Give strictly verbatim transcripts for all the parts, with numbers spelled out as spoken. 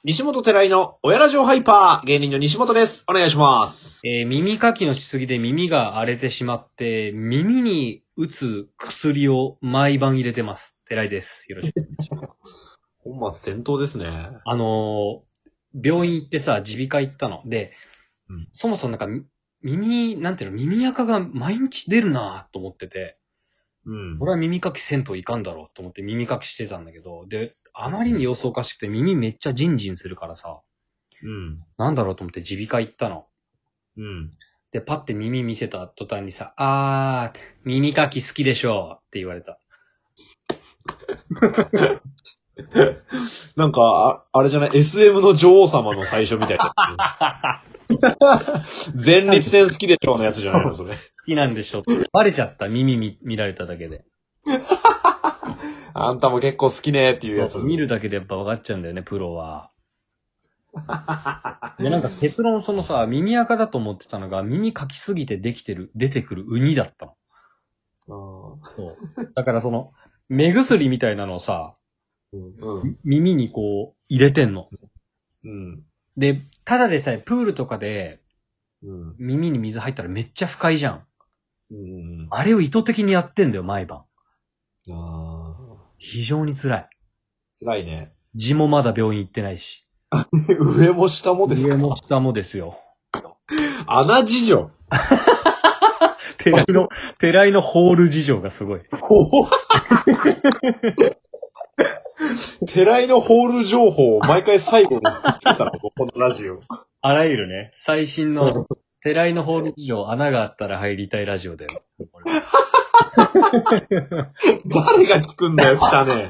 西本寺井の親ラジオハイパー、芸人の西本です。お願いします。 えー、耳かきのしすぎで耳が荒れてしまって、耳に打つ薬を毎晩入れてます。寺井です。よろしくお願いします。 本末転倒ですね。 あのー、病院行ってさ、耳鼻科行ったの。で、うん、そもそもなんか、耳、なんていうの、耳垢が毎日出るなぁと思ってて、うん。俺は耳かきせんといかんだろうと思って耳かきしてたんだけど、で、あまりに様子おかしくて耳めっちゃジンジンするからさ、うん。なんだろうと思って耳鼻科行ったの。うん。で、パッて耳見せた途端にさ、あー、耳かき好きでしょって言われた。 なんか、あ、あれじゃない、エスエム の女王様の最初みたいな。前立腺好きでしょのやつじゃないの、それ。好きなんでしょって。バレちゃった、耳見、見られただけで。 あんたも結構好きねっていうやつ。 見るだけでやっぱ分かっちゃうんだよね、プロは。で、なんか結論そのさ、耳垢だと思ってたのが、耳かきすぎてできてる、出てくるウニだったの。あそう。だからその、目薬みたいなのをさ、うんうん、耳にこう、入れてんの。うん。で、ただでさえプールとかで、うん、耳に水入ったらめっちゃ不快じゃん。うん、あれを意図的にやってんだよ、毎晩。あ非常に辛い。 辛いね。 字もまだ病院行ってないし。 上も下もですか？ 上も下もですよ。 穴事情。 寺井の、寺井のホール事情がすごい。 怖っ寺井のホール情報を毎回最後に言ってたの、このラジオ。 あらゆるね、最新の寺井のホール事情、穴があったら入りたいラジオだよ。 誰が聞くんだよ、汚ねえ。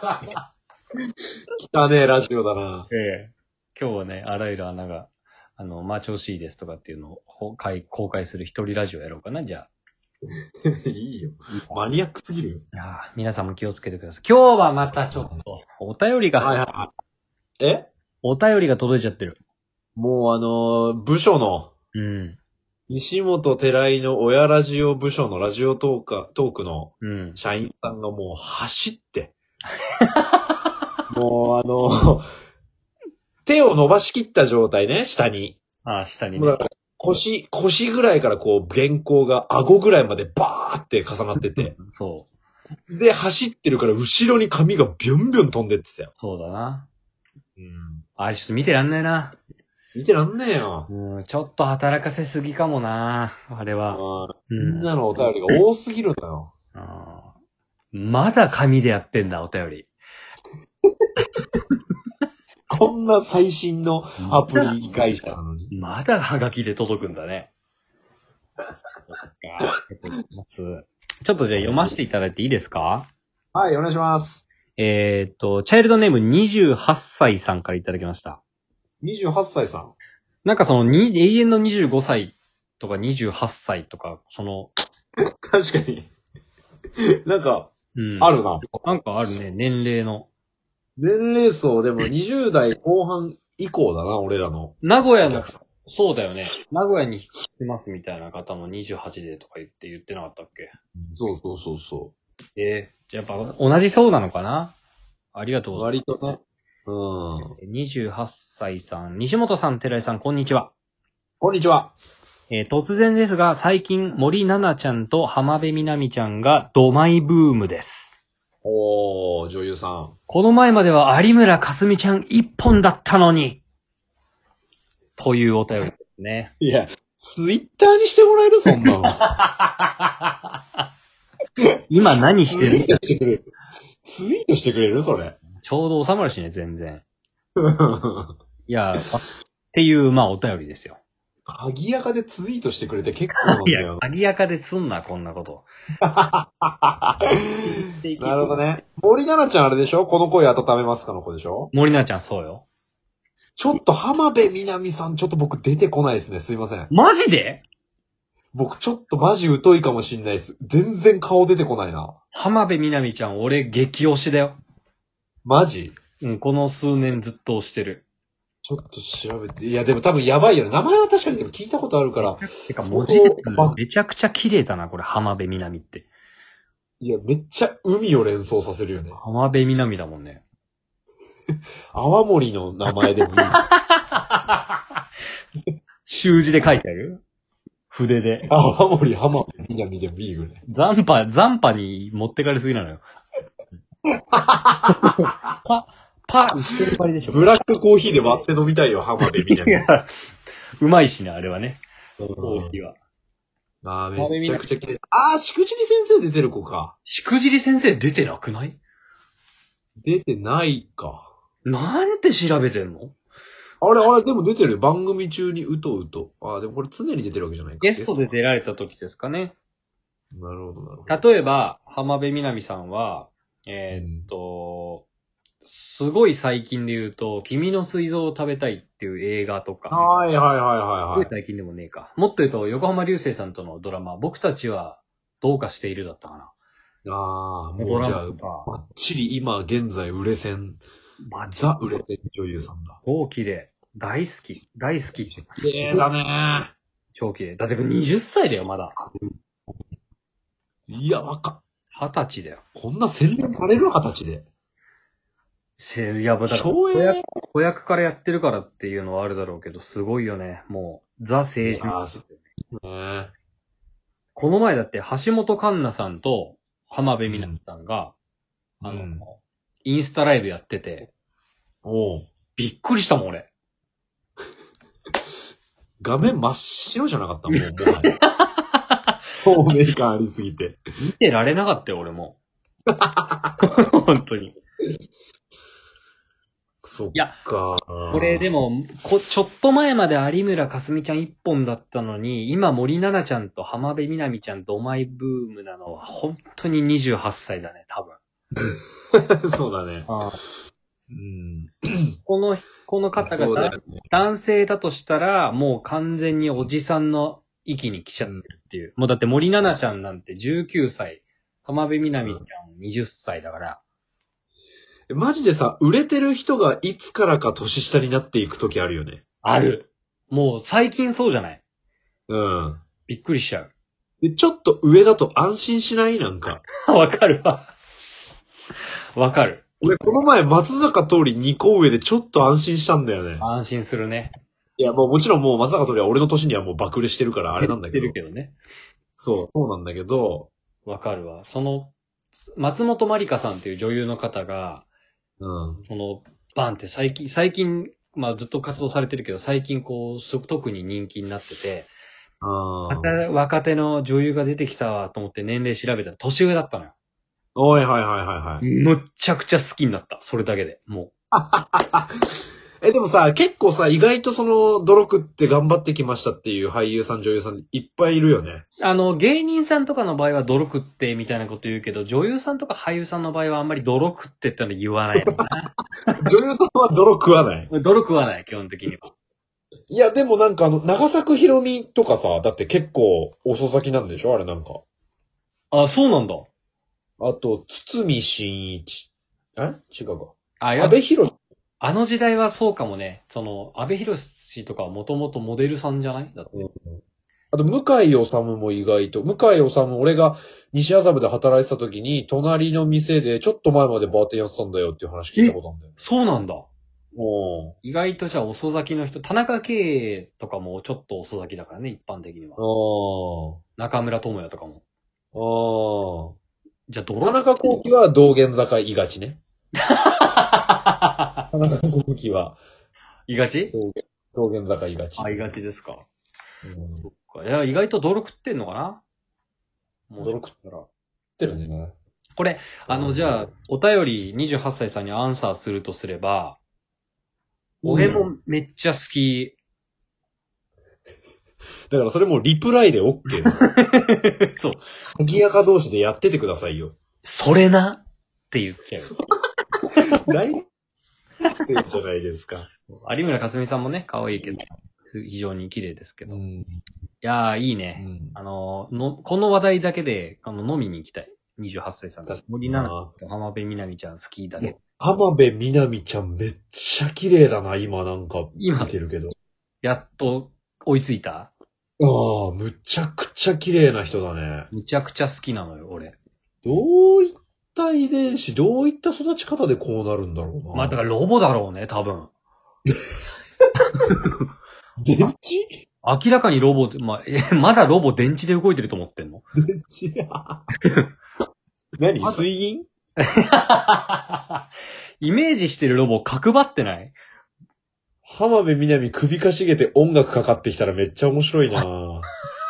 汚ねえラジオだな。 ええ。今日はね、あらゆる穴が、あの、まあ、調子いいですとかっていうのを公開、公開する一人ラジオやろうかな、じゃあ。 いいよ。マニアックすぎるよ。 いや皆さんも気をつけてください。今日はまたちょっと、お便りが、はいはい、えお便りが届いちゃってる。 もうあのー、部署の、うん。西本寺井の親ラジオ部署のラジオトーク、トークの、社員さんがもう走って、うん、もうあのー、手を伸ばしきった状態ね、下に。 ああ、下にね。 腰、腰ぐらいからこう、原稿が顎ぐらいまでバーって重なってて。 そう。 で、走ってるから後ろに髪がビュンビュン飛んでってたよ。 そうだな。うん。あれちょっと見てらんないな。 見てらんねえよ。 うん、ちょっと働かせすぎかもな、あれは。 みんなのお便りが多すぎるんだよ。 あまだ紙でやってんだ、お便り。 こんな最新のアプリ会社なのに。 まだハガキで届くんだね。ちょっとじゃあ読ませていただいていいですか？ はい、お願いします。 えーっと、チャイルドネームにじゅうはっさいさんからいただきました。 にじゅうはっさいさん。 なんかその、に、永遠のにじゅうごさいとかにじゅうはっさいとか、その、 確かに。なんか、うん、あるな。 なんかあるね、年齢の。 年齢層でもにじゅう代後半以降だな、俺らの。 名古屋の、そうだよね。名古屋に来てますみたいな方もにじゅうはちでとか言って言ってなかったっけ？ そうそうそうそう。 えー、じゃあやっぱ同じそうなのかな？ありがとうございます。 割とね。うん。 にじゅうはっさいさん、西本さん、寺井さん、こんにちは。 こんにちは。 えー、突然ですが、最近森七菜ちゃんと浜辺美波ちゃんがドマイブームです。 おー、女優さん。 この前までは有村架純ちゃん一本だったのに。というお便りですね。 いや、ツイッターにしてもらえるそんなの。今何してる？ ツイートしてくれる。ツイートしてくれるそれ。 ちょうど収まるしね、全然。いや、っていう、まあお便りですよ。 鍵垢でツイートしてくれて結構なんだよ。 いや、鍵垢ですんな、こんなこと。 なるほどね。森七菜ちゃんあれでしょ？この声温めますかの子でしょ？ 森七菜ちゃんそうよ。 ちょっと浜辺美波さんちょっと僕出てこないですね。すいません。 マジで？ 僕ちょっとマジ疎いかもしんないです。全然顔出てこないな。 浜辺美波ちゃん俺激推しだよ。 マジ？ うん、この数年ずっと推してる。 ちょっと調べて。いやでも多分やばいよね。名前は確かにでも聞いたことあるから。 てか文字列めちゃくちゃ綺麗だな、これ浜辺美波って。 いや、めっちゃ海を連想させるよね。 浜辺美波だもんね。 泡盛の名前でもいい。 習字で書いてある筆で。 泡盛浜辺美波でもいいぐらい。 残波、残波に持ってかれすぎなのよ。パ、パ一人張りでしょ。 ブラックコーヒーで割って飲みたいよ、浜辺美波。 うまいしね、あれはね。コーヒーは。 ああ、めちゃくちゃ綺麗。ああ、しくじり先生出てる子か。 しくじり先生出てなくない？ 出てないか。 なんて調べてんの？ あれ、あれ、でも出てる。番組中にうとうと。ああ、でもこれ常に出てるわけじゃないか。 ゲストで出られた時ですかね。 なるほど、なるほど。 例えば、浜辺美波さんは、えー、っと、うん、すごい最近で言うと、君の膵臓を食べたいっていう映画とか。 はいはいはいはいはい。 すごい最近でもねえか。もっと言うと、横浜流星さんとのドラマ、僕たちはどうかしているだったかな。 ああ、もうじゃあ、ばっちり今現在売れ線。ザ売れ線女優さんだ。 超綺麗。大好き。大好き。 綺麗だね。 超綺麗。だってこれにじゅっさいだよ、まだ。 いや、若っ。 二十歳だよ。 こんな洗練される二十歳で。 いや、だから子役、子役からやってるからっていうのはあるだろうけど、すごいよね。もう、ザ青春。ああ、ね。この前だって、橋本環奈さんと浜辺美波さんが、うん、あの、うん、インスタライブやってて、おうびっくりしたもん、俺。 画面真っ白じゃなかったもん、もう。透明感ありすぎて。 見てられなかったよ、俺も。本当に。 そっか。 いや、これでもこ、ちょっと前まで有村架純ちゃん一本だったのに、今森七菜ちゃんと浜辺美波ちゃんドマイブームなのは、本当ににじゅうはっさいだね、多分。そうだね。ああうん、この、この方が、ね、男性だとしたら、もう完全におじさんの域に来ちゃってるっていう。うん、もうだって森七菜ちゃんなんてじゅうきゅうさい、浜辺美波ちゃんにじゅっさいだから。 マジでさ、売れてる人がいつからか年下になっていくときあるよね。 ある。もう最近そうじゃない？ うん。 びっくりしちゃう。 で、ちょっと上だと安心しないなんか。 わかるわ。わかる。 俺この前松坂桃李にこ上でちょっと安心したんだよね。 安心するね。 いや、もうもちろんもう松坂桃李は俺の年にはもう爆売れしてるからあれなんだけど。 言ってるけどね。 そう、そうなんだけど。 わかるわ。その、松本まりかさんっていう女優の方が、うん。その、バンって最近、最近、まあずっと活動されてるけど、最近こう、特に人気になってて、あまた若手の女優が出てきたわと思って年齢調べたら年上だったのよ。 おい、はいはいはいはい。 むっちゃくちゃ好きになった。それだけで。もう。 え、でもさ、結構さ、意外とその、努力って頑張ってきましたっていう俳優さん、女優さんいっぱいいるよね。 あの、芸人さんとかの場合は努力ってみたいなこと言うけど、女優さんとか俳優さんの場合はあんまり努力ってっての言わないのかな。 女優さんは努力はない。 努力はない、基本的には。 いや、でもなんかあの、長作ひろみとかさ、だって結構遅咲きなんでしょあれなんか。 あ、そうなんだ。 あと、堤真一。え違うか。 あ、 安倍博あの時代はそうかもね。その、安倍博士とかはもともとモデルさんじゃないだって。うん、 あと、向井治も意外と、向井治俺が西麻布で働いてた時に、隣の店でちょっと前までバーテンやってたんだよっていう話聞いたことあるんだよ。 そうなんだ。 お意外とじゃあ遅咲きの人、田中圭とかもちょっと遅咲きだからね、一般的には。中村智也とかも。 ああ。 じゃあ、 田中幸喜は道玄坂いがちね。田中幸喜は。 いがち道玄坂いがち。 あ、いがちですか。うん、そっか。いや、意外と努力ってんのかなもう努力ったら。ってるね。 これ、あの、じゃあ、お便りにじゅうはっさいさんにアンサーするとすれば、俺もめっちゃ好き。 だからそれもリプライで OK です。そう。鍵垢同士でやっててくださいよ。 それなって言っちゃう。 大じゃないですか。 有村架純さんもね、可愛いけど、非常に綺麗ですけど。うん、いやー、いいね。うん、あのの、この話題だけで、あの、飲みに行きたい。にじゅうはっさいさん。森七菜と浜辺美波ちゃん好きだけ。 浜辺美波ちゃんめっちゃ綺麗だな、今なんか。 今。 見てるけど。 やっと追いついた？ ああ、むちゃくちゃ綺麗な人だね。 むちゃくちゃ好きなのよ、俺。 どういった遺伝子、どういった育ち方でこうなるんだろうな。 まあ、だからロボだろうね、多分。 電池明らかにロボ、まあ、え、まだロボ電池で動いてると思ってんの？ 電池や。何水銀イメージしてるロボ角張ってない？ 浜辺美波首かしげて音楽かかってきたらめっちゃ面白いなぁ。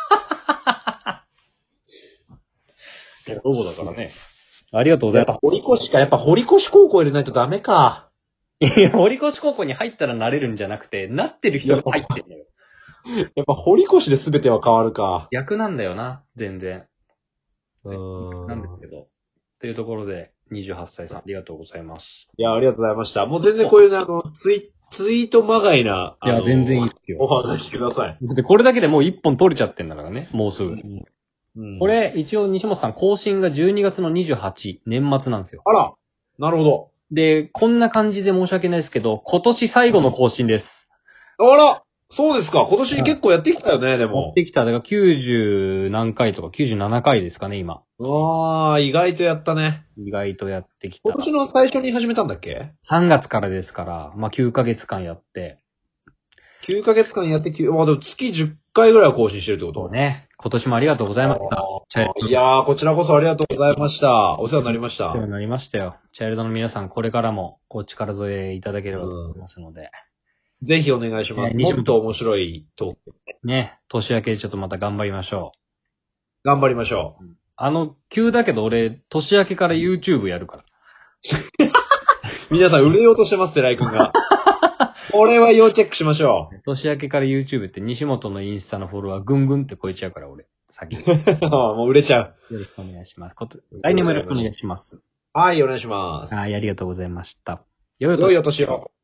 ロボだからね。ありがとうございます。 やっぱ堀越か、やっぱ堀越高校入れないとダメか。 いや、堀越高校に入ったらなれるんじゃなくて、なってる人が入ってんだよ。 やっぱ堀越で全ては変わるか。 逆なんだよな、全然。 うーん。 なんですけど。というところで、にじゅうはっさいさん、ありがとうございます。 いや、ありがとうございました。もう全然こういうね、あの、ツイ、ツイートまがいな、 いや、全然いいですよ。 お話ください。 で、これだけでもういっぽん取れちゃってんだからね、もうすぐ。うんうん、これ、一応西本さん、更新がじゅうにがつのにじゅうはち、年末なんですよ。 あら、なるほど。 で、こんな感じで申し訳ないですけど、今年最後の更新です。 あら、そうですか。今年結構やってきたよね、でも。 やってきた。だからきゅうじゅう何回とかきゅうじゅうななかいですかね、今。 ああ、意外とやったね。 意外とやってきた。 今年の最初に始めたんだっけ ? さんがつからですから、まあ、きゅうかげつかんやって。 きゅうかげつかんやって、まあでも月じゅっかいぐらいは更新してるってことそうね。今年もありがとうございました。 いやー、こちらこそありがとうございました。お世話になりました。 お世話になりましたよ。チャイルドの皆さん、これからもお力添えいただければと思いますので。 うん、ぜひお願いします。もっと面白いトーク。 ね、年明けちょっとまた頑張りましょう。頑張りましょう。 あの、急だけど俺、年明けから YouTube やるから。 皆さん売れようとしてますって、ライ君が。これは要チェックしましょう。 年明けから YouTube って西本のインスタのフォロワーぐんぐんって超えちゃうから俺。先に。 もう売れちゃう。よろしくお願いします。こと、来年もよろしくお願いします。 はい、お願いします。 はい、ありがとうございました。 良いお年を。